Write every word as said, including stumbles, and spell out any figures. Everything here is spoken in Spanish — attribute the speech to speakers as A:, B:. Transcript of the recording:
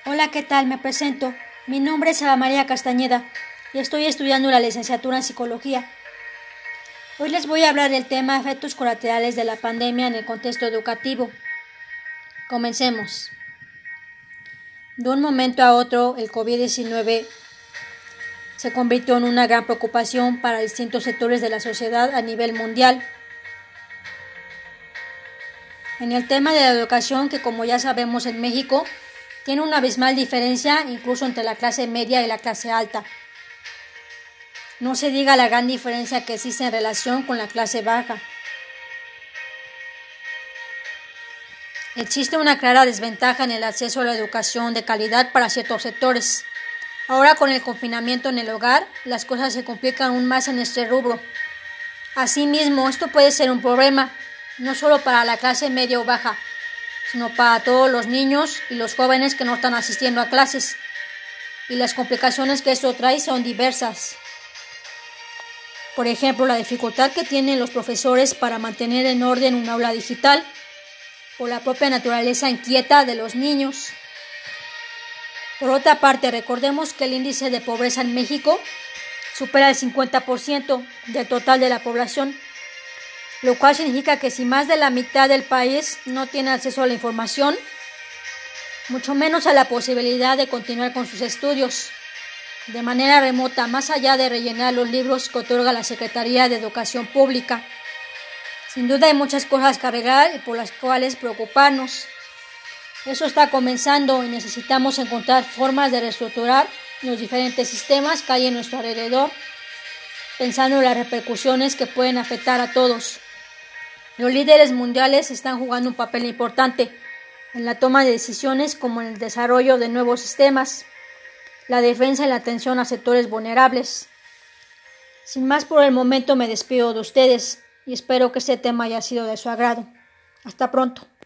A: Hola, ¿qué tal? Me presento. Mi nombre es Eva María Castañeda y estoy estudiando la licenciatura en Psicología. Hoy les voy a hablar del tema efectos colaterales de la pandemia en el contexto educativo. Comencemos. De un momento a otro, el COVID diecinueve se convirtió en una gran preocupación para distintos sectores de la sociedad a nivel mundial. En el tema de la educación, que como ya sabemos en México, tiene una abismal diferencia incluso entre la clase media y la clase alta. No se diga la gran diferencia que existe en relación con la clase baja. Existe una clara desventaja en el acceso a la educación de calidad para ciertos sectores. Ahora con el confinamiento en el hogar, las cosas se complican aún más en este rubro. Asimismo, esto puede ser un problema, no solo para la clase media o baja, sino para todos los niños y los jóvenes que no están asistiendo a clases. Y las complicaciones que esto trae son diversas. Por ejemplo, la dificultad que tienen los profesores para mantener en orden un aula digital, o la propia naturaleza inquieta de los niños. Por otra parte, recordemos que el índice de pobreza en México supera el cincuenta por ciento del total de la población, lo cual significa que si más de la mitad del país no tiene acceso a la información, mucho menos a la posibilidad de continuar con sus estudios de manera remota, más allá de rellenar los libros que otorga la Secretaría de Educación Pública. Sin duda hay muchas cosas que arreglar y por las cuales preocuparnos. Eso está comenzando y necesitamos encontrar formas de reestructurar los diferentes sistemas que hay en nuestro alrededor, pensando en las repercusiones que pueden afectar a todos. Los líderes mundiales están jugando un papel importante en la toma de decisiones, como en el desarrollo de nuevos sistemas, la defensa y la atención a sectores vulnerables. Sin más por el momento, me despido de ustedes y espero que este tema haya sido de su agrado. Hasta pronto.